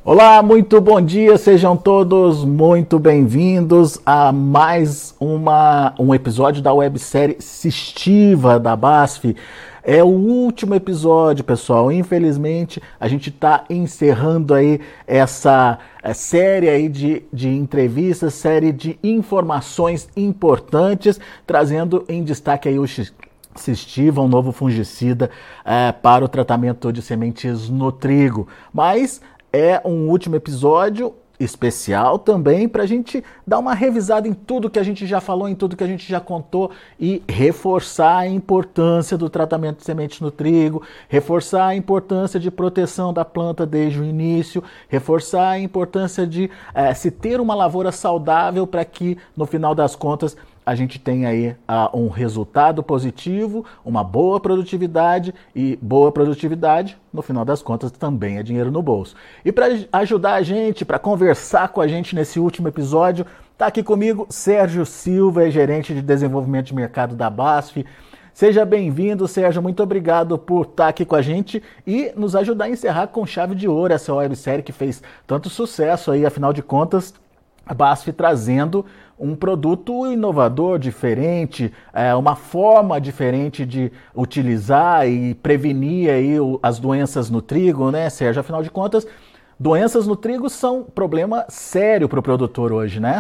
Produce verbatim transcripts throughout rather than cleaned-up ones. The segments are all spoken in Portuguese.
Olá, muito bom dia, sejam todos muito bem-vindos a mais uma, um episódio da websérie Sistiva da B A S F. É o último episódio, pessoal. Infelizmente, a gente está encerrando aí essa série aí de, de entrevistas, série de informações importantes, trazendo em destaque aí o Sistiva, um novo fungicida é, para o tratamento de sementes no trigo. Mas é um último episódio especial também para a gente dar uma revisada em tudo que a gente já falou, em tudo que a gente já contou e reforçar a importância do tratamento de sementes no trigo, reforçar a importância de proteção da planta desde o início, reforçar a importância de é, se ter uma lavoura saudável para que no final das contas a gente tem aí uh, um resultado positivo, uma boa produtividade e boa produtividade, no final das contas, também é dinheiro no bolso. E para ajudar a gente, para conversar com a gente nesse último episódio, está aqui comigo Sérgio Silva, é gerente de desenvolvimento de mercado da B A S F. Seja bem-vindo, Sérgio, muito obrigado por estar aqui com a gente e nos ajudar a encerrar com chave de ouro essa websérie que fez tanto sucesso aí, afinal de contas, a B A S F trazendo um produto inovador, diferente, é, uma forma diferente de utilizar e prevenir aí o, as doenças no trigo, né, Sérgio? Afinal de contas, doenças no trigo são um problema sério para o produtor hoje, né?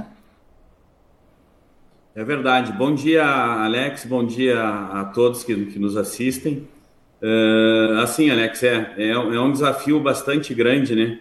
É verdade. Bom dia, Alex. Bom dia a todos que, que nos assistem. Uh, assim, Alex, é, é, é um desafio bastante grande, né?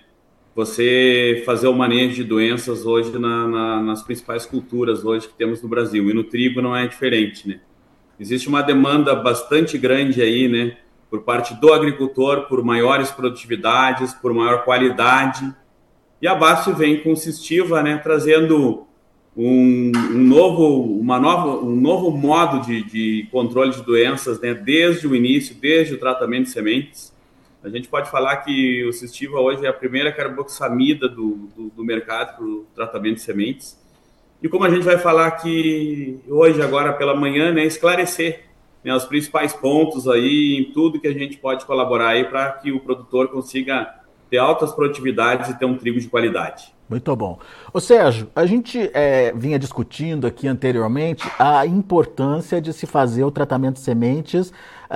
Você fazer o manejo de doenças hoje na, na, nas principais culturas hoje que temos no Brasil. E no trigo não é diferente, né? Existe uma demanda bastante grande aí, né? Por parte do agricultor, por maiores produtividades, por maior qualidade. E a B A S F vem com o Sistiva, né? Trazendo um, um, novo, uma nova, um novo modo de, de controle de doenças, né? Desde o início, desde o tratamento de sementes. A gente pode falar que o Sistiva hoje é a primeira carboxamida do, do, do mercado para o tratamento de sementes. E como a gente vai falar aqui hoje, agora pela manhã, né, esclarecer, né, os principais pontos aí, em tudo que a gente pode colaborar aí para que o produtor consiga ter altas produtividades e ter um trigo de qualidade. Muito bom. Ô Sérgio, a gente é, vinha discutindo aqui anteriormente a importância de se fazer o tratamento de sementes,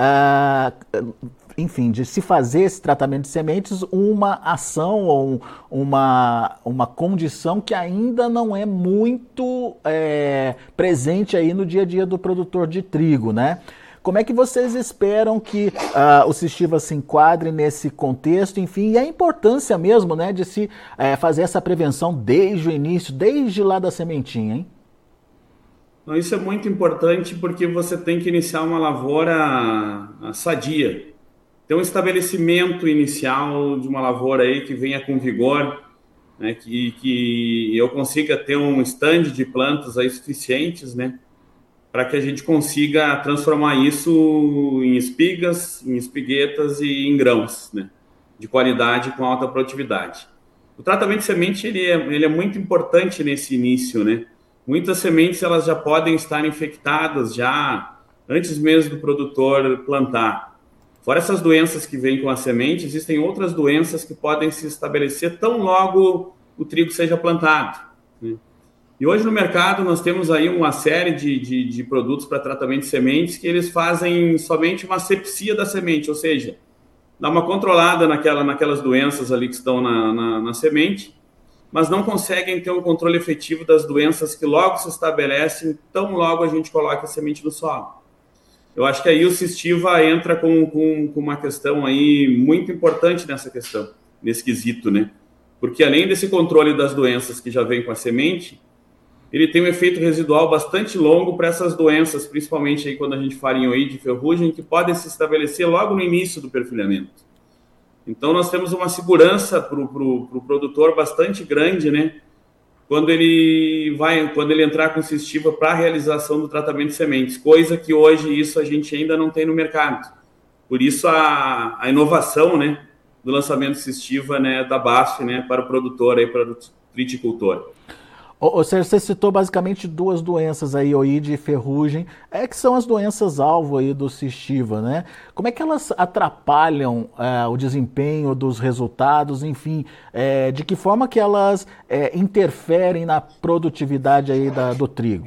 ah, enfim, de se fazer esse tratamento de sementes uma ação ou uma, uma condição que ainda não é muito é, presente aí no dia a dia do produtor de trigo, né? Como é que vocês esperam que uh, o Sistiva se enquadre nesse contexto, enfim, e a importância mesmo, né, de se uh, fazer essa prevenção desde o início, desde lá da sementinha, hein? Isso é muito importante porque você tem que iniciar uma lavoura sadia. Ter um estabelecimento inicial de uma lavoura aí que venha com vigor, né, que, que eu consiga ter um stand de plantas aí suficientes, né, para que a gente consiga transformar isso em espigas, em espiguetas e em grãos, né, de qualidade com alta produtividade. O tratamento de semente ele é, ele é muito importante nesse início, né? Muitas sementes elas já podem estar infectadas já antes mesmo do produtor plantar. Fora essas doenças que vêm com a semente, existem outras doenças que podem se estabelecer tão logo o trigo seja plantado, né? E hoje no mercado nós temos aí uma série de, de, de produtos para tratamento de sementes que eles fazem somente uma asepsia da semente, ou seja, dá uma controlada naquela, naquelas doenças ali que estão na, na, na semente, mas não conseguem ter um controle efetivo das doenças que logo se estabelecem, tão logo a gente coloca a semente no solo. Eu acho que aí o Sistiva entra com, com, com uma questão aí muito importante nessa questão, nesse quesito, né? Porque além desse controle das doenças que já vem com a semente, ele tem um efeito residual bastante longo para essas doenças, principalmente aí quando a gente fala em oíde e ferrugem, que podem se estabelecer logo no início do perfilhamento. Então nós temos uma segurança para o pro, pro produtor bastante grande, né? Quando ele vai, quando ele entrar com Sistiva para a realização do tratamento de sementes, coisa que hoje isso a gente ainda não tem no mercado. Por isso a, a inovação, né, do lançamento Sistiva, né, da B A S F, né, para o produtor aí, para o triticultor. Ou seja, você citou basicamente duas doenças aí, oide e ferrugem, é que são as doenças-alvo aí do Sistiva, né? Como é que elas atrapalham é, o desempenho dos resultados, enfim, é, de que forma que elas é, interferem na produtividade aí da, do trigo?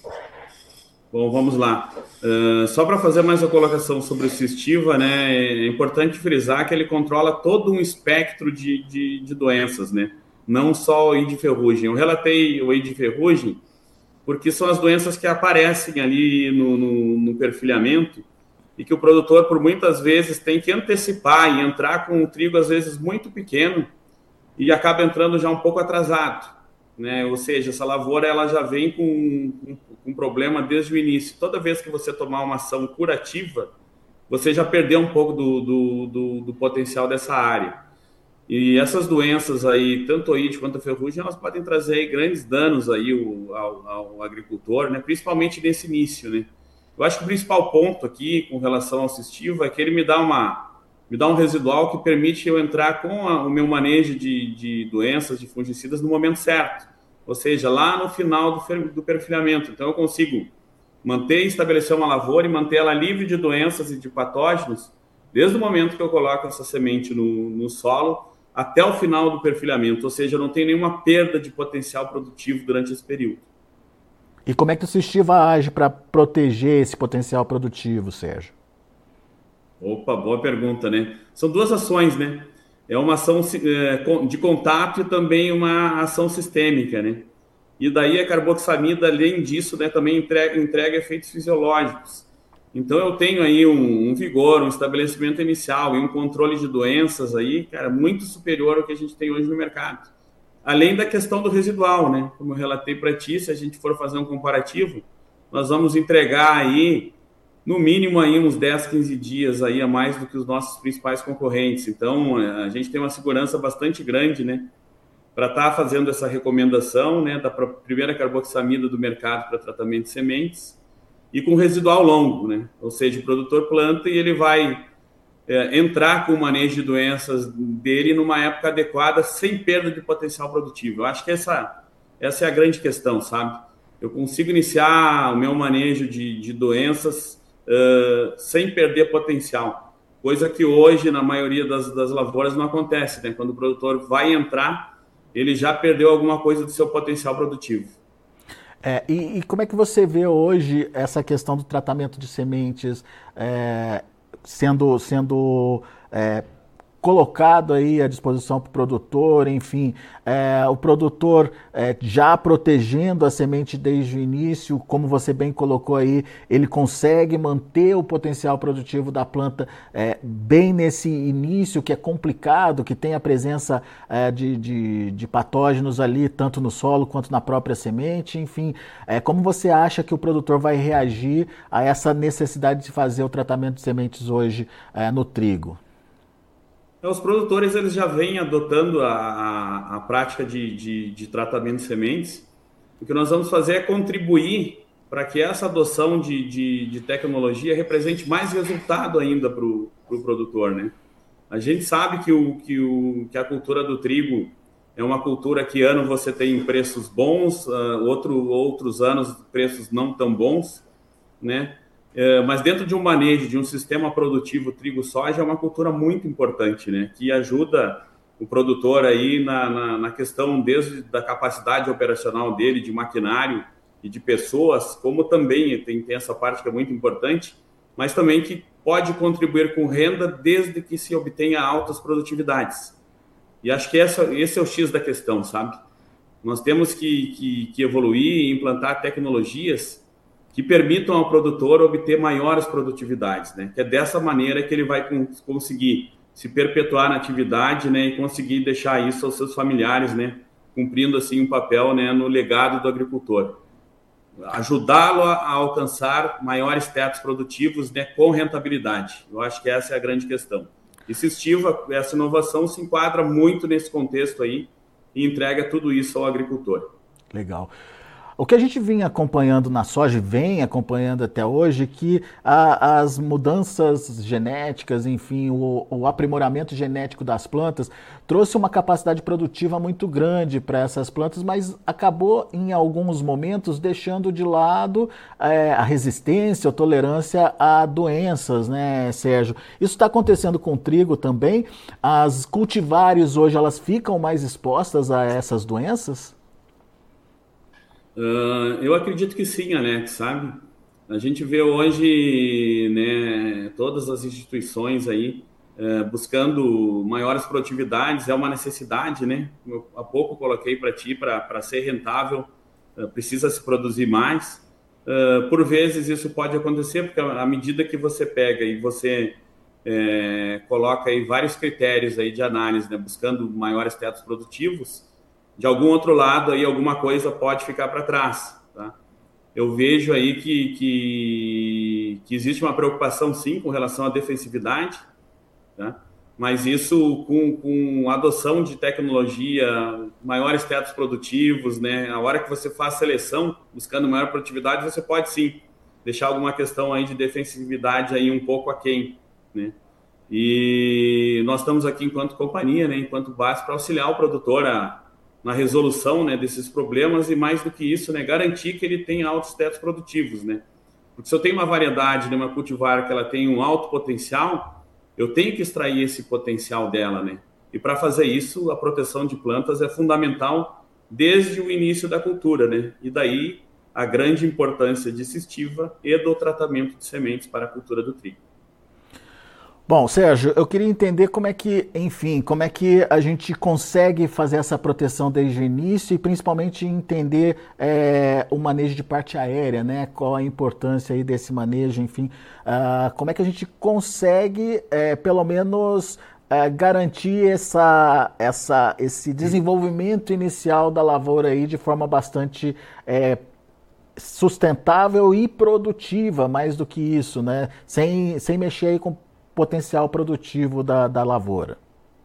Bom, vamos lá. Uh, só para fazer mais uma colocação sobre o Sistiva, né, é importante frisar que ele controla todo um espectro de, de, de doenças, né? Não só o oide e ferrugem. Eu relatei o oide e ferrugem porque são as doenças que aparecem ali no, no, no perfilhamento e que o produtor, por muitas vezes, tem que antecipar e entrar com um trigo, às vezes, muito pequeno e acaba entrando já um pouco atrasado, né? Ou seja, essa lavoura ela já vem com, com, com um problema desde o início. Toda vez que você tomar uma ação curativa, você já perdeu um pouco do, do, do, do potencial dessa área. E essas doenças aí, tanto a oide quanto a ferrugem, elas podem trazer aí grandes danos aí ao, ao agricultor, né? Principalmente nesse início, né? Eu acho que o principal ponto aqui com relação ao Sistiva é que ele me dá uma me dá um residual que permite eu entrar com a, o meu manejo de, de doenças, de fungicidas no momento certo, ou seja, lá no final do, do perfilhamento. Então eu consigo manter e estabelecer uma lavoura e manter ela livre de doenças e de patógenos desde o momento que eu coloco essa semente no, no solo até o final do perfilhamento, ou seja, eu não tenho nenhuma perda de potencial produtivo durante esse período. E como é que o Sistiva age para proteger esse potencial produtivo, Sérgio? Opa, boa pergunta, né? São duas ações, né? É uma ação de contato e também uma ação sistêmica, né? E daí a carboxamida, além disso, né, também entrega, entrega efeitos fisiológicos. Então eu tenho aí um, um vigor, um estabelecimento inicial e um controle de doenças aí, cara, muito superior ao que a gente tem hoje no mercado. Além da questão do residual, né? Como eu relatei para ti, se a gente for fazer um comparativo, nós vamos entregar aí no mínimo aí uns dez, quinze dias aí a mais do que os nossos principais concorrentes. Então, a gente tem uma segurança bastante grande, né, para estar tá fazendo essa recomendação, né, da primeira carboxamida do mercado para tratamento de sementes e com residual longo, né? Ou seja, o produtor planta e ele vai é, entrar com o manejo de doenças dele numa época adequada, sem perda de potencial produtivo. Eu acho que essa, essa é a grande questão, sabe? Eu consigo iniciar o meu manejo de, de doenças Uh, sem perder potencial, coisa que hoje na maioria das, das lavouras não acontece, né? Quando o produtor vai entrar, ele já perdeu alguma coisa do seu potencial produtivo. É, e, e como é que você vê hoje essa questão do tratamento de sementes é, sendo, sendo é, colocado aí à disposição para o produtor, enfim, é, o produtor é, já protegendo a semente desde o início, como você bem colocou aí, ele consegue manter o potencial produtivo da planta é, bem nesse início, que é complicado, que tem a presença é, de, de, de patógenos ali, tanto no solo quanto na própria semente, enfim, é, como você acha que o produtor vai reagir a essa necessidade de fazer o tratamento de sementes hoje é, no trigo? Os produtores eles já vêm adotando a, a, a prática de, de, de tratamento de sementes. O que nós vamos fazer é contribuir para que essa adoção de, de, de tecnologia represente mais resultado ainda para o pro produtor, né? A gente sabe que, o, que, o, que a cultura do trigo é uma cultura que ano você tem preços bons, uh, outro, outros anos preços não tão bons, né? É, mas dentro de um manejo, de um sistema produtivo trigo-soja, é uma cultura muito importante, né? Que ajuda o produtor aí na, na, na questão desde da capacidade operacional dele, de maquinário e de pessoas, como também tem, tem essa parte que é muito importante, mas também que pode contribuir com renda desde que se obtenha altas produtividades. E acho que essa, esse é o X da questão, sabe? Nós temos que, que, que evoluir e implantar tecnologias que permitam ao produtor obter maiores produtividades, né? Que é dessa maneira que ele vai conseguir se perpetuar na atividade, né? E conseguir deixar isso aos seus familiares, né? Cumprindo assim um papel, né? No legado do agricultor. Ajudá-lo a, a alcançar maiores tetos produtivos, né? Com rentabilidade. Eu acho que essa é a grande questão. E Sistiva, essa inovação se enquadra muito nesse contexto aí e entrega tudo isso ao agricultor. Legal. O que a gente vinha acompanhando na soja, vem acompanhando até hoje, que a, as mudanças genéticas, enfim, o, o aprimoramento genético das plantas trouxe uma capacidade produtiva muito grande para essas plantas, mas acabou em alguns momentos deixando de lado é, a resistência ou tolerância a doenças, né, Sérgio? Isso está acontecendo com o trigo também? As cultivares hoje elas ficam mais expostas a essas doenças? Uh, eu acredito que sim, Alex, sabe? A gente vê hoje, né, todas as instituições aí uh, buscando maiores produtividades, é uma necessidade, né? Eu, há pouco coloquei para ti, para ser rentável, uh, precisa se produzir mais. Uh, por vezes isso pode acontecer, porque à medida que você pega e você é, coloca aí vários critérios aí de análise, né, buscando maiores tetos produtivos, de algum outro lado aí alguma coisa pode ficar para trás, tá? Eu vejo aí que, que, que existe uma preocupação sim com relação à defensividade, tá? Mas isso com, com a adoção de tecnologia, maiores tetos produtivos, né? A hora que você faz seleção buscando maior produtividade, você pode sim deixar alguma questão aí de defensividade aí um pouco aquém, né? E nós estamos aqui enquanto companhia, né, enquanto base para auxiliar o produtor a na resolução, né, desses problemas e, mais do que isso, né, garantir que ele tenha altos tetos produtivos, né? Porque se eu tenho uma variedade, né, uma cultivar que ela tem um alto potencial, eu tenho que extrair esse potencial dela, né? E para fazer isso, a proteção de plantas é fundamental desde o início da cultura, né? E daí a grande importância de cistiva e do tratamento de sementes para a cultura do trigo. Bom, Sérgio, eu queria entender como é que, enfim, como é que a gente consegue fazer essa proteção desde o início e principalmente entender é, o manejo de parte aérea, né? Qual a importância aí desse manejo, enfim, uh, como é que a gente consegue, é, pelo menos, é, garantir essa, essa, esse desenvolvimento inicial da lavoura aí de forma bastante é, sustentável e produtiva, mais do que isso, né? Sem, sem mexer aí com potencial produtivo da, da lavoura?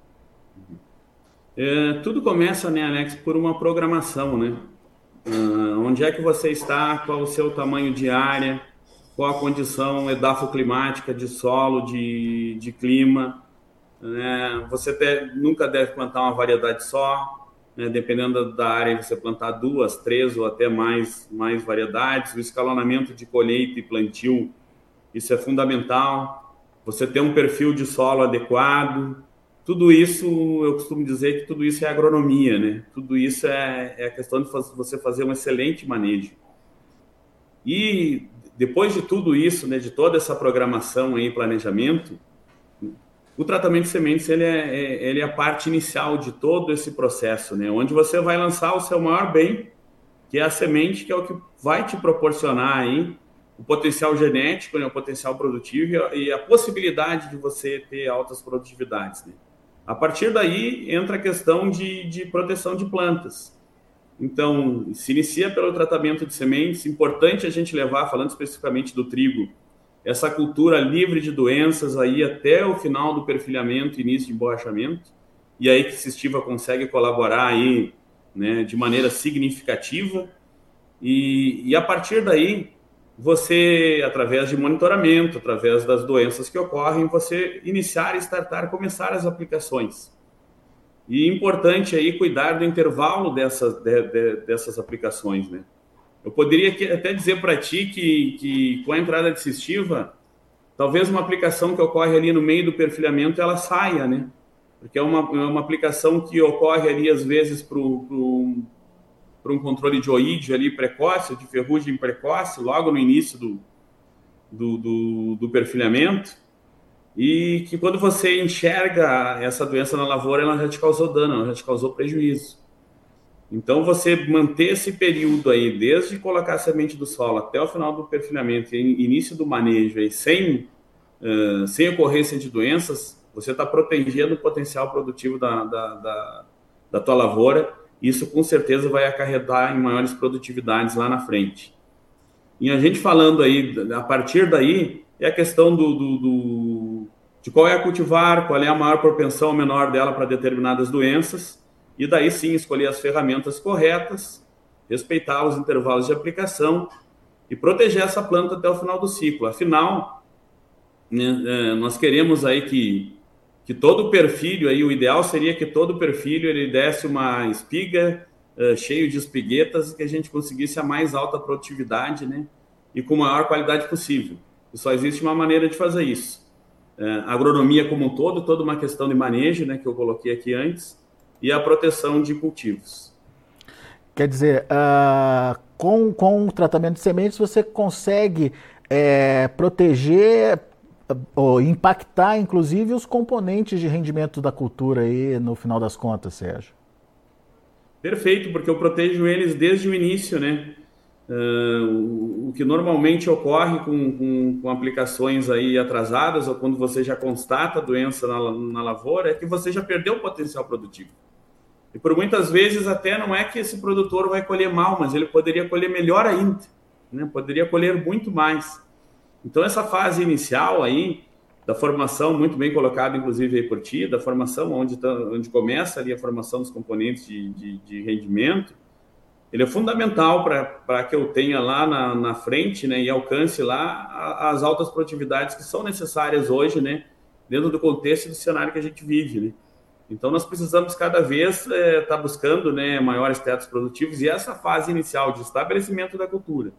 É, tudo começa, né, Alex, por uma programação, né? Uh, onde é que você está, qual o seu tamanho de área, qual a condição edafoclimática de solo, de, de clima, né? Você te, nunca deve plantar uma variedade só, né? Dependendo da área, você plantar duas, três ou até mais, mais variedades. O escalonamento de colheita e plantio, isso é fundamental. Você ter um perfil de solo adequado, tudo isso, eu costumo dizer que tudo isso é agronomia, né? Tudo isso é, é a questão de faz, você fazer um excelente manejo. E depois de tudo isso, né, de toda essa programação e planejamento, o tratamento de sementes ele é, é, ele é a parte inicial de todo esse processo, né? Onde você vai lançar o seu maior bem, que é a semente, que é o que vai te proporcionar aí o potencial genético, né, o potencial produtivo e a possibilidade de você ter altas produtividades, né? A partir daí entra a questão de, de proteção de plantas. Então, se inicia pelo tratamento de sementes. Importante a gente levar, falando especificamente do trigo, essa cultura livre de doenças aí até o final do perfilhamento, início de emborrachamento, e aí que Cistiva consegue colaborar aí, né, de maneira significativa. E, e a partir daí, você, através de monitoramento, através das doenças que ocorrem, você iniciar, startar, começar as aplicações. E importante aí cuidar do intervalo dessas, de, de, dessas aplicações, né? Eu poderia até dizer para ti que, que com a entrada de Cistiva, talvez uma aplicação que ocorre ali no meio do perfilhamento, ela saia, né? Porque é uma, é uma aplicação que ocorre ali, às vezes, para o para um controle de oídio ali precoce, de ferrugem precoce, logo no início do, do, do, do perfilhamento, e que quando você enxerga essa doença na lavoura, ela já te causou dano, ela já te causou prejuízo. Então, você manter esse período aí, desde colocar a semente do solo até o final do perfilhamento, início do manejo, aí, sem, uh, sem ocorrência de doenças, você está protegendo o potencial produtivo da, da, da, da tua lavoura. Isso com certeza vai acarretar em maiores produtividades lá na frente. E a gente falando aí, a partir daí, é a questão do, do, do, de qual é a cultivar, qual é a maior propensão ou menor dela para determinadas doenças, e daí sim escolher as ferramentas corretas respeitar os intervalos de aplicação e proteger essa planta até o final do ciclo. Afinal, né, nós queremos aí que, que todo o perfilho, aí, o ideal seria que todo o perfilho ele desse uma espiga uh, cheio de espiguetas, que a gente conseguisse a mais alta produtividade, né, e com a maior qualidade possível. E só existe uma maneira de fazer isso. Uh, a agronomia como um todo, toda uma questão de manejo, né, que eu coloquei aqui antes, e a proteção de cultivos. Quer dizer, uh, com, com o tratamento de sementes você consegue é, proteger ou impactar, inclusive, os componentes de rendimento da cultura aí no final das contas, Sérgio. Perfeito, porque eu protejo eles desde o início, né? Uh, o, o que normalmente ocorre com, com, com aplicações aí atrasadas ou quando você já constata a doença na, na lavoura é que você já perdeu o potencial produtivo. E por muitas vezes até não é que esse produtor vai colher mal, mas ele poderia colher melhor ainda, né? Poderia colher muito mais. Então essa fase inicial aí da formação, muito bem colocada inclusive aí por ti, da formação onde, tá, onde começa ali a formação dos componentes de, de, de rendimento, ele é fundamental para que eu tenha lá na, na frente, né, e alcance lá as altas produtividades que são necessárias hoje, né, dentro do contexto e do cenário que a gente vive, né? Então, nós precisamos cada vez estar é, tá buscando, né, maiores tetos produtivos, e essa fase inicial de estabelecimento da cultura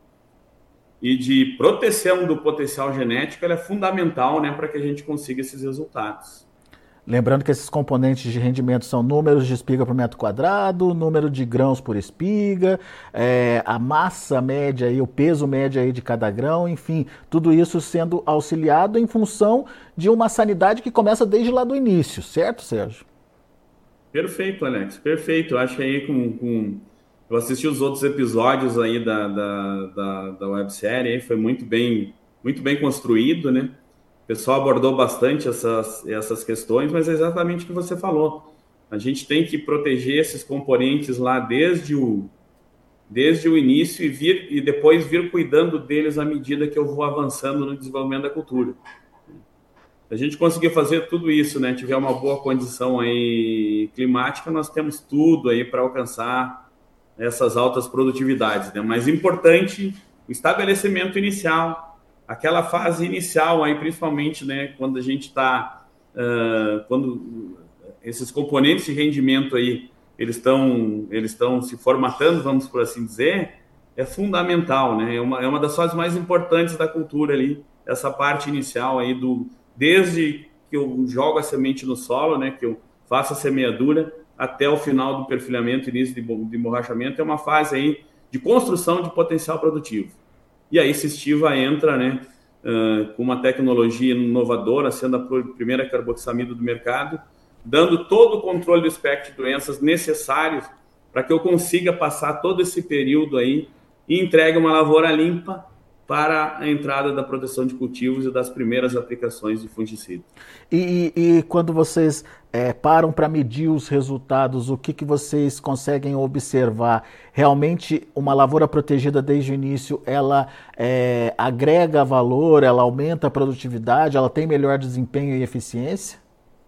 e de proteção do potencial genético ela é fundamental, né, para que a gente consiga esses resultados. Lembrando que esses componentes de rendimento são números de espiga por metro quadrado, número de grãos por espiga, é, a massa média, e o peso médio aí de cada grão, enfim, tudo isso sendo auxiliado em função de uma sanidade que começa desde lá do início, certo, Sérgio? Perfeito, Alex, perfeito. Eu acho que aí com, com... eu assisti os outros episódios aí da, da, da, da websérie, aí foi muito bem, muito bem construído, né? O pessoal abordou bastante essas, essas questões, mas é exatamente o que você falou. A gente tem que proteger esses componentes lá desde o, desde o início e, vir, e depois vir cuidando deles à medida que eu vou avançando no desenvolvimento da cultura. Se a gente conseguir fazer tudo isso, né, tiver uma boa condição aí climática, nós temos tudo aí para alcançar essas altas produtividades, né? Mas importante o estabelecimento inicial, aquela fase inicial aí, principalmente, né, quando a gente está, uh, quando esses componentes de rendimento aí eles estão eles estão se formatando, vamos por assim dizer, é fundamental, né? É uma, é uma das fases mais importantes da cultura ali, essa parte inicial aí do desde que eu jogo a semente no solo, né, que eu faço a semeadura, até o final do perfilhamento, início de, de emborrachamento, é uma fase aí de construção de potencial produtivo. E aí Sistiva entra, né, uh, com uma tecnologia inovadora, sendo a primeira carboxamida do mercado, dando todo o controle do espectro de doenças necessários para que eu consiga passar todo esse período aí e entregue uma lavoura limpa para a entrada da proteção de cultivos e das primeiras aplicações de fungicida. E, e, e quando vocês é, param para medir os resultados, o que, que vocês conseguem observar? Realmente uma lavoura protegida desde o início, ela é, agrega valor, ela aumenta a produtividade, ela tem melhor desempenho e eficiência?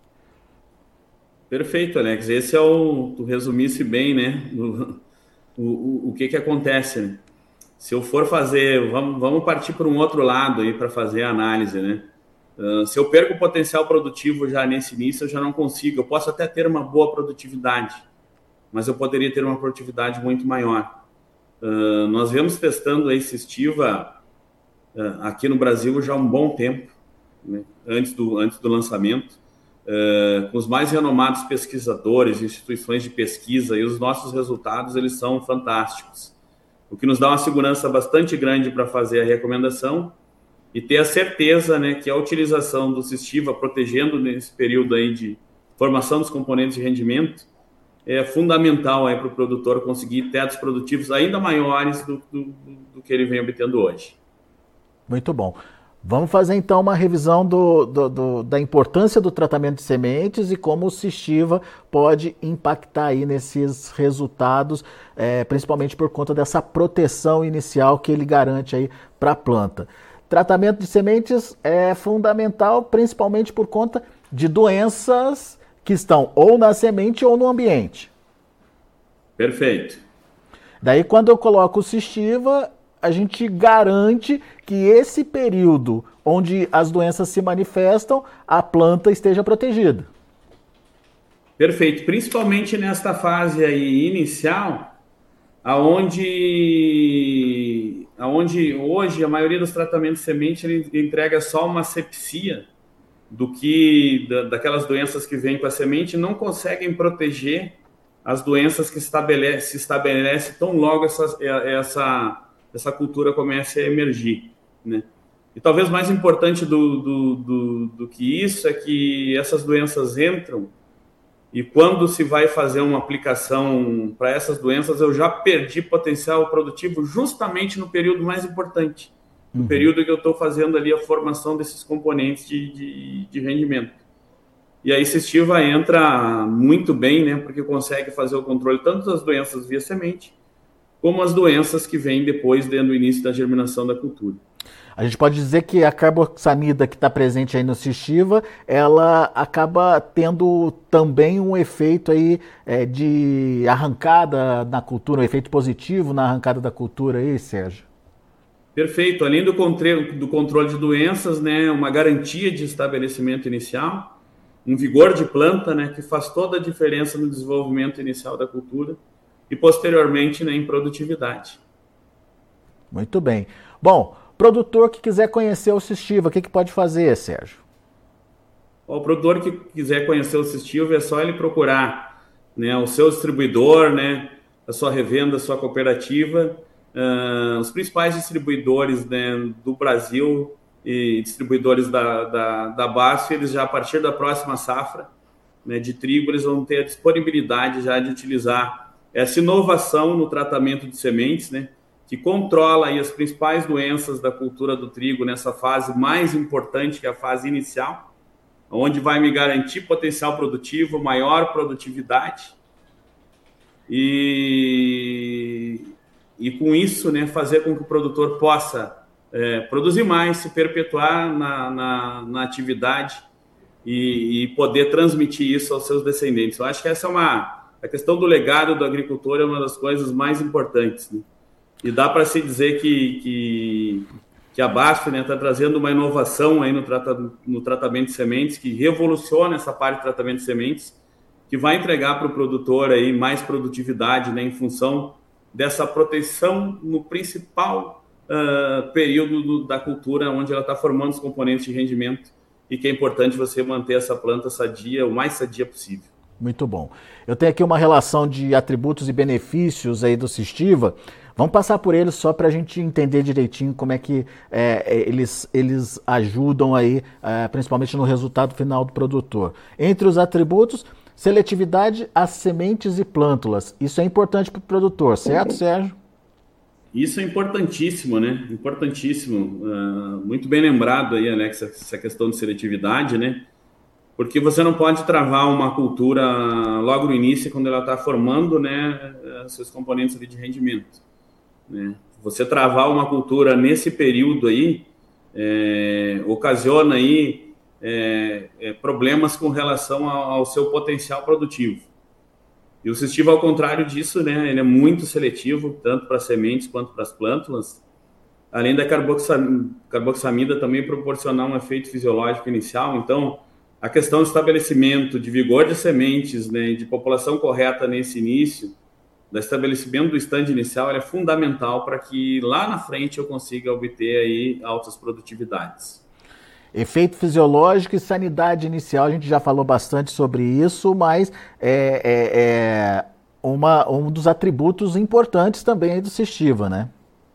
Perfeito, Alex. Esse é o... Tu resumisse bem, né? O, o, o que que acontece, né? Se eu for fazer, vamos, vamos partir para um outro lado aí para fazer a análise, né? Uh, se eu perco o potencial produtivo já nesse início, eu já não consigo. Eu posso até ter uma boa produtividade, mas eu poderia ter uma produtividade muito maior. Uh, nós vemos testando a Sistiva uh, aqui no Brasil já há um bom tempo, né? antes, do, antes do lançamento, uh, com os mais renomados pesquisadores, instituições de pesquisa, e os nossos resultados eles são fantásticos. O que nos dá uma segurança bastante grande para fazer a recomendação e ter a certeza, né, que a utilização do Sistiva, protegendo nesse período aí de formação dos componentes de rendimento, é fundamental para o produtor conseguir tetos produtivos ainda maiores do, do, do que ele vem obtendo hoje. Muito bom. Vamos fazer então uma revisão do, do, do, da importância do tratamento de sementes e como o Sistiva pode impactar aí nesses resultados, é, principalmente por conta dessa proteção inicial que ele garante aí para a planta. Tratamento de sementes é fundamental, principalmente por conta de doenças que estão ou na semente ou no ambiente. Perfeito. Daí, quando eu coloco o Sistiva, a gente garante que esse período onde as doenças se manifestam, a planta esteja protegida. Perfeito, principalmente nesta fase aí inicial, aonde, aonde hoje a maioria dos tratamentos de semente ele entrega só uma asepsia do que da, daquelas doenças que vêm com a semente, não conseguem proteger as doenças que estabelece, se estabelece tão logo essa, essa, essa cultura comece a emergir, né? E talvez mais importante do, do, do, do que isso é que essas doenças entram e quando se vai fazer uma aplicação para essas doenças, eu já perdi potencial produtivo justamente no período mais importante, no uhum. período que eu estou fazendo ali a formação desses componentes de, de, de rendimento. E aí Sistiva entra muito bem, né, porque consegue fazer o controle tanto das doenças via semente, como as doenças que vêm depois, do início da germinação da cultura. A gente pode dizer que a carboxamida que está presente aí no Sistiva, ela acaba tendo também um efeito aí é, de arrancada na cultura, um efeito positivo na arrancada da cultura aí, Sérgio? Perfeito. Além do controle, do controle de doenças, né, uma garantia de estabelecimento inicial, um vigor de planta, né, que faz toda a diferença no desenvolvimento inicial da cultura e posteriormente, né, em produtividade. Muito bem. Bom, produtor que quiser conhecer o Sistiva, o que, que pode fazer, Sérgio? O produtor que quiser conhecer o Sistiva é só ele procurar, né, o seu distribuidor, né, a sua revenda, a sua cooperativa, uh, os principais distribuidores, né, do Brasil e distribuidores da, da, da B A S F, eles já a partir da próxima safra, né, de trigo, eles vão ter a disponibilidade já de utilizar essa inovação no tratamento de sementes, né, que controla aí as principais doenças da cultura do trigo nessa fase mais importante, que é a fase inicial, onde vai me garantir potencial produtivo, maior produtividade e, e com isso, né, fazer com que o produtor possa é, produzir mais, se perpetuar na, na, na atividade e, e poder transmitir isso aos seus descendentes. Eu acho que essa é uma... A questão do legado do agricultor é uma das coisas mais importantes, né? E dá para se dizer que, que, que a B A S F, né, está trazendo uma inovação aí no, trata, no tratamento de sementes, que revoluciona essa parte de tratamento de sementes, que vai entregar para o produtor aí mais produtividade, né, em função dessa proteção no principal uh, período do, da cultura, onde ela está formando os componentes de rendimento, e que é importante você manter essa planta sadia, o mais sadia possível. Muito bom. Eu tenho aqui uma relação de atributos e benefícios aí do Sistiva. Vamos passar por eles só para a gente entender direitinho como é que é, eles, eles ajudam aí, é, principalmente no resultado final do produtor. Entre os atributos, seletividade às sementes e plântulas. Isso é importante para o produtor, certo, Sérgio? Isso é importantíssimo, né? Importantíssimo. Uh, muito bem lembrado aí, Alex, essa questão de seletividade, né? Porque você não pode travar uma cultura logo no início, quando ela está formando, né, seus componentes ali de rendimento, né? Você travar uma cultura nesse período aí, é, ocasiona aí é, é, problemas com relação ao, ao seu potencial produtivo. E o Sistiva, ao contrário disso, né, ele é muito seletivo, tanto para sementes quanto para as plântulas, além da carboxamida, carboxamida também proporcionar um efeito fisiológico inicial. Então, a questão do estabelecimento de vigor de sementes, né, de população correta nesse início, do estabelecimento do estande inicial, é fundamental para que lá na frente eu consiga obter aí altas produtividades. Efeito fisiológico e sanidade inicial, a gente já falou bastante sobre isso, mas é, é, é uma, um dos atributos importantes também aí do Sistiva, né?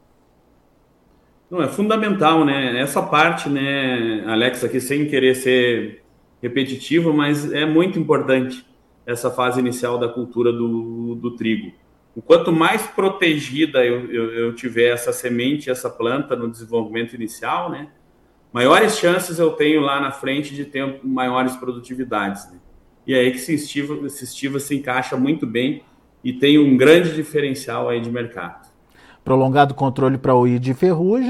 Não, é fundamental, né? Essa parte, né, Alex, aqui sem querer ser repetitivo, mas é muito importante essa fase inicial da cultura do, do trigo. O quanto mais protegida eu, eu, eu tiver essa semente, essa planta no desenvolvimento inicial, né, maiores chances eu tenho lá na frente de ter maiores produtividades, né? E é aí que Sistiva, Sistiva se encaixa muito bem e tem um grande diferencial aí de mercado. Prolongado controle para o I de ferrugem,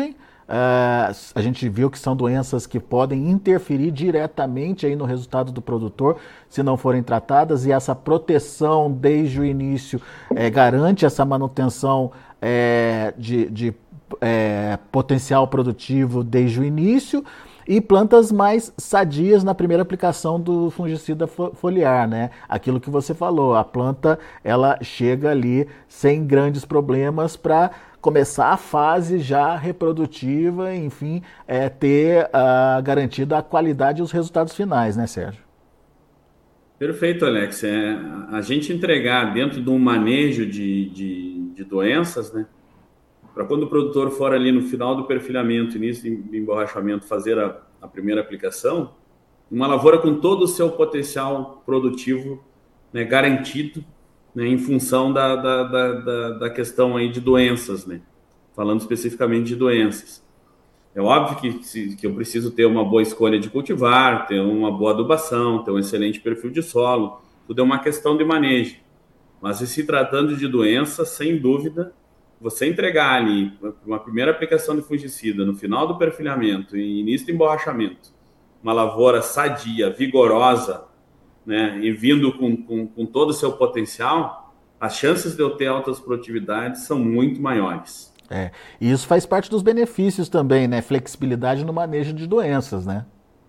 Uh, a gente viu que são doenças que podem interferir diretamente aí no resultado do produtor se não forem tratadas, e essa proteção desde o início é, garante essa manutenção é, de, de é, potencial produtivo desde o início, e plantas mais sadias na primeira aplicação do fungicida foliar, né? Aquilo que você falou, a planta ela chega ali sem grandes problemas para começar a fase já reprodutiva, enfim, é, ter uh, garantida a qualidade e os resultados finais, né, Sérgio? Perfeito, Alex. É, a gente entregar dentro de um manejo de, de, de doenças, né, para quando o produtor for ali no final do perfilhamento, início de emborrachamento, fazer a, a primeira aplicação, uma lavoura com todo o seu potencial produtivo, né, garantido, né, em função da, da, da, da, da questão aí de doenças, né? Falando especificamente de doenças. É óbvio que, se, que eu preciso ter uma boa escolha de cultivar, ter uma boa adubação, ter um excelente perfil de solo, tudo é uma questão de manejo. Mas se tratando de doenças, sem dúvida, você entregar ali uma primeira aplicação de fungicida no final do perfilhamento e início do emborrachamento, uma lavoura sadia, vigorosa, né, e vindo com, com, com todo o seu potencial, as chances de eu ter altas produtividades são muito maiores. É, e isso faz parte dos benefícios também, né? Flexibilidade no manejo de doenças, né?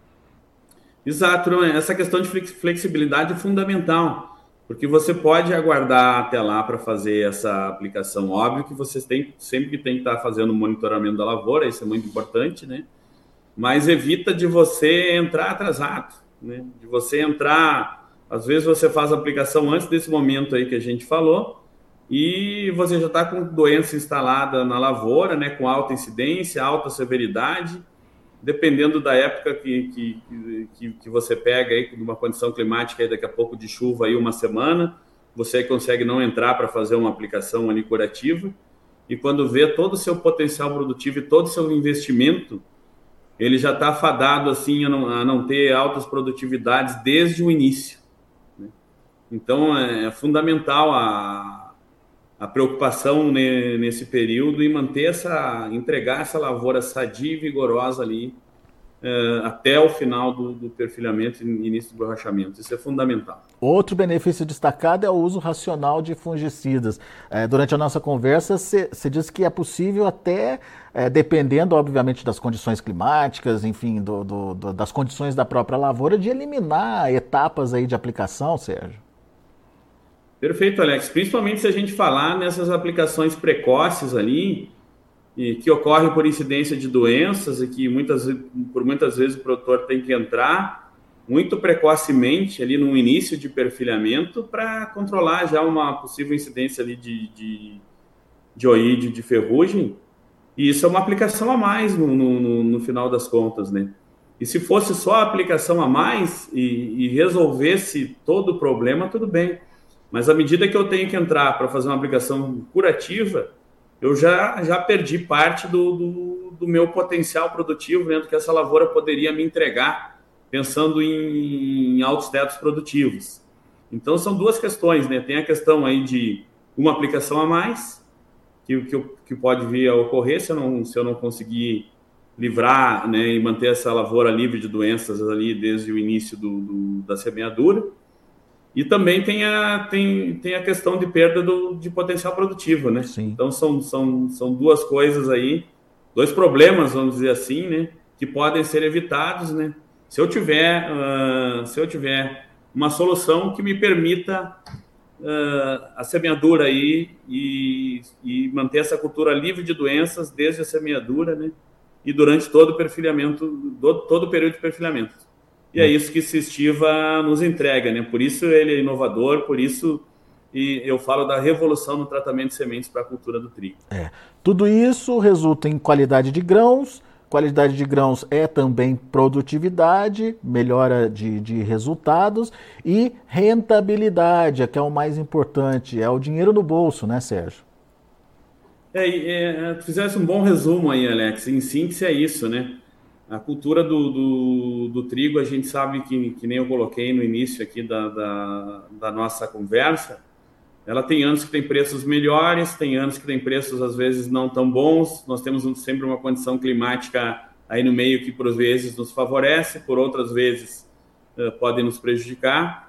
Exato, não é? Essa questão de flexibilidade é fundamental, porque você pode aguardar até lá para fazer essa aplicação. Óbvio que você tem, sempre tem que estar fazendo o monitoramento da lavoura, isso é muito importante, né? Mas evita de você entrar atrasado, né? De você entrar, às vezes você faz a aplicação antes desse momento aí que a gente falou, e você já está com doença instalada na lavoura, né? Com alta incidência, alta severidade, dependendo da época que, que, que, que você pega aí, numa condição climática aí, daqui a pouco de chuva aí uma semana, você consegue não entrar para fazer uma aplicação ali curativa, e quando vê todo o seu potencial produtivo e todo o seu investimento, ele já está fadado assim, a, não, a não ter altas produtividades desde o início, né? Então é, é fundamental a, a preocupação ne, nesse período e manter essa, entregar essa lavoura sadia e vigorosa ali é, até o final do, do perfilhamento e início do borrachamento. Isso é fundamental. Outro benefício destacado é o uso racional de fungicidas. É, durante a nossa conversa, você disse que é possível até, é, dependendo, obviamente, das condições climáticas, enfim, do, do, do, das condições da própria lavoura, de eliminar etapas aí de aplicação, Sérgio. Perfeito, Alex. Principalmente se a gente falar nessas aplicações precoces ali, e que ocorrem por incidência de doenças e que muitas, por muitas vezes o produtor tem que entrar muito precocemente ali no início de perfilhamento para controlar já uma possível incidência ali de, de, de oídio, de ferrugem, e isso é uma aplicação a mais no, no, no final das contas, né? E se fosse só a aplicação a mais e, e resolvesse todo o problema, tudo bem, mas à medida que eu tenho que entrar para fazer uma aplicação curativa, eu já, já perdi parte do, do, do meu potencial produtivo, né, do que essa lavoura poderia me entregar, pensando em, em altos tetos produtivos. Então, são duas questões, né? Tem a questão aí de uma aplicação a mais, que, que, que pode vir a ocorrer se eu não, se eu não conseguir livrar, né, e manter essa lavoura livre de doenças ali desde o início do, do, da semeadura. E também tem a, tem, tem a questão de perda do, de potencial produtivo, né? Sim. Então, são, são, são duas coisas aí, dois problemas, vamos dizer assim, né? Que podem ser evitados, né? Se eu tiver, uh, se eu tiver uma solução que me permita uh, a semeadura aí e, e manter essa cultura livre de doenças desde a semeadura, né? E durante todo o perfilhamento, todo, todo o período de perfilhamento. E é isso que Sistiva nos entrega, né? Por isso ele é inovador, por isso e eu falo da revolução no tratamento de sementes para a cultura do trigo. É. Tudo isso resulta em qualidade de grãos. Qualidade de grãos é também produtividade, melhora de, de resultados e rentabilidade, que é o mais importante, é o dinheiro no bolso, né, Sérgio? É, é, tu fizesse um bom resumo aí, Alex. Em síntese é isso, né? A cultura do, do, do trigo, a gente sabe que, que nem eu coloquei no início aqui da, da, da nossa conversa, ela tem anos que tem preços melhores, tem anos que tem preços às vezes não tão bons. Nós temos um, sempre uma condição climática aí no meio que por vezes nos favorece, por outras vezes uh, podem nos prejudicar.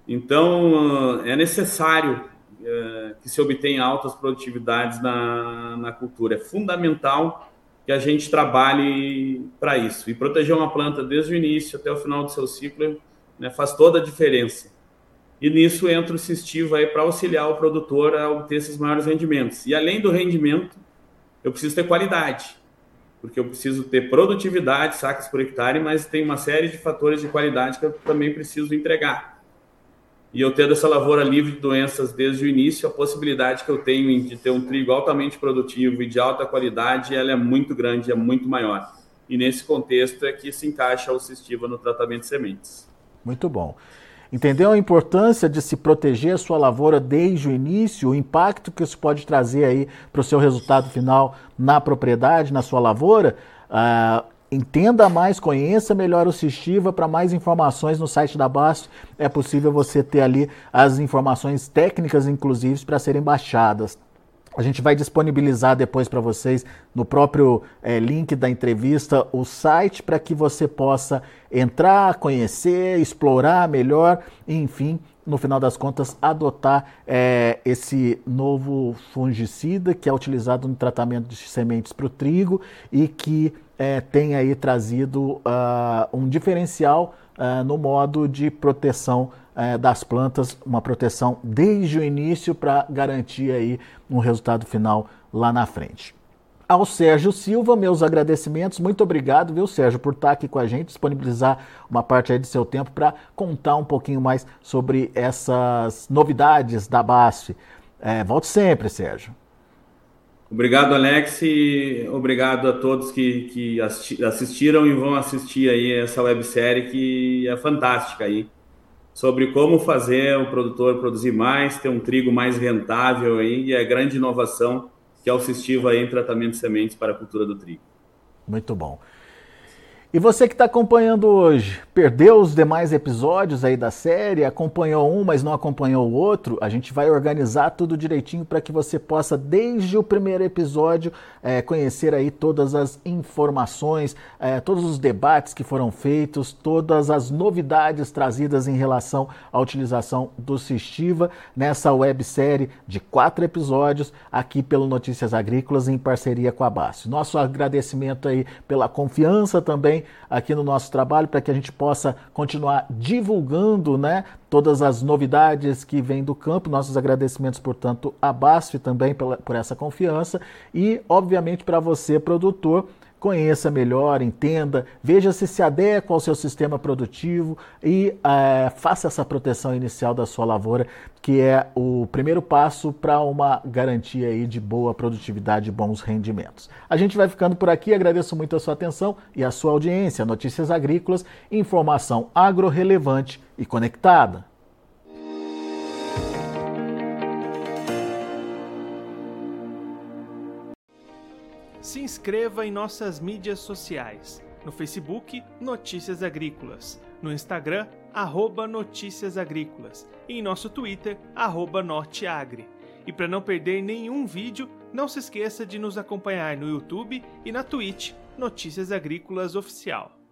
Então uh, é necessário uh, que se obtenha altas produtividades na, na cultura. É fundamental que a gente trabalhe para isso. E proteger uma planta desde o início até o final do seu ciclo, né, faz toda a diferença. E nisso entra o Sistiva para auxiliar o produtor a obter esses maiores rendimentos. E além do rendimento, eu preciso ter qualidade, porque eu preciso ter produtividade, sacas por hectare, mas tem uma série de fatores de qualidade que eu também preciso entregar. E eu tendo essa lavoura livre de doenças desde o início, a possibilidade que eu tenho de ter um trigo altamente produtivo e de alta qualidade, ela é muito grande, é muito maior. E nesse contexto é que se encaixa o Sistiva no tratamento de sementes. Muito bom. Entendeu a importância de se proteger a sua lavoura desde o início, o impacto que isso pode trazer aí para o seu resultado final na propriedade, na sua lavoura? Uh, entenda mais, conheça melhor o Sistiva. Para mais informações no site da BASF, é possível você ter ali as informações técnicas, inclusive, para serem baixadas. A gente vai disponibilizar depois para vocês no próprio é, link da entrevista o site para que você possa entrar, conhecer, explorar melhor e, enfim, no final das contas, adotar é, esse novo fungicida que é utilizado no tratamento de sementes para o trigo e que é, tem aí trazido uh, um diferencial uh, no modo de proteção É, das plantas, uma proteção desde o início para garantir aí um resultado final lá na frente. Ao Sérgio Silva, meus agradecimentos, muito obrigado, viu, Sérgio, por estar aqui com a gente, disponibilizar uma parte aí de seu tempo para contar um pouquinho mais sobre essas novidades da BASF. É, volte sempre, Sérgio. Obrigado, Alex, e obrigado a todos que, que assistiram e vão assistir aí essa websérie que é fantástica aí, sobre como fazer o produtor produzir mais, ter um trigo mais rentável aí, e a grande inovação que é o Sistiva em tratamento de sementes para a cultura do trigo. Muito bom. E você que está acompanhando hoje, perdeu os demais episódios aí da série, acompanhou um, mas não acompanhou o outro? A gente vai organizar tudo direitinho para que você possa, desde o primeiro episódio, é, conhecer aí todas as informações, é, todos os debates que foram feitos, todas as novidades trazidas em relação à utilização do Sistiva nessa websérie de quatro episódios aqui pelo Notícias Agrícolas em parceria com a BASF. Nosso agradecimento aí pela confiança também aqui no nosso trabalho, para que a gente possa continuar divulgando, né, todas as novidades que vêm do campo. Nossos agradecimentos, portanto, à BASF também pela, por essa confiança e, obviamente, para você, produtor. Conheça melhor, entenda, veja se se adequa ao seu sistema produtivo e é, faça essa proteção inicial da sua lavoura, que é o primeiro passo para uma garantia aí de boa produtividade e bons rendimentos. A gente vai ficando por aqui, agradeço muito a sua atenção e a sua audiência. Notícias Agrícolas, informação agro-relevante e conectada. Se inscreva em nossas mídias sociais. No Facebook, Notícias Agrícolas. No Instagram, arroba Notícias Agrícolas. E em nosso Twitter, arroba Norteagri. E para não perder nenhum vídeo, não se esqueça de nos acompanhar no YouTube e na Twitch, Notícias Agrícolas Oficial.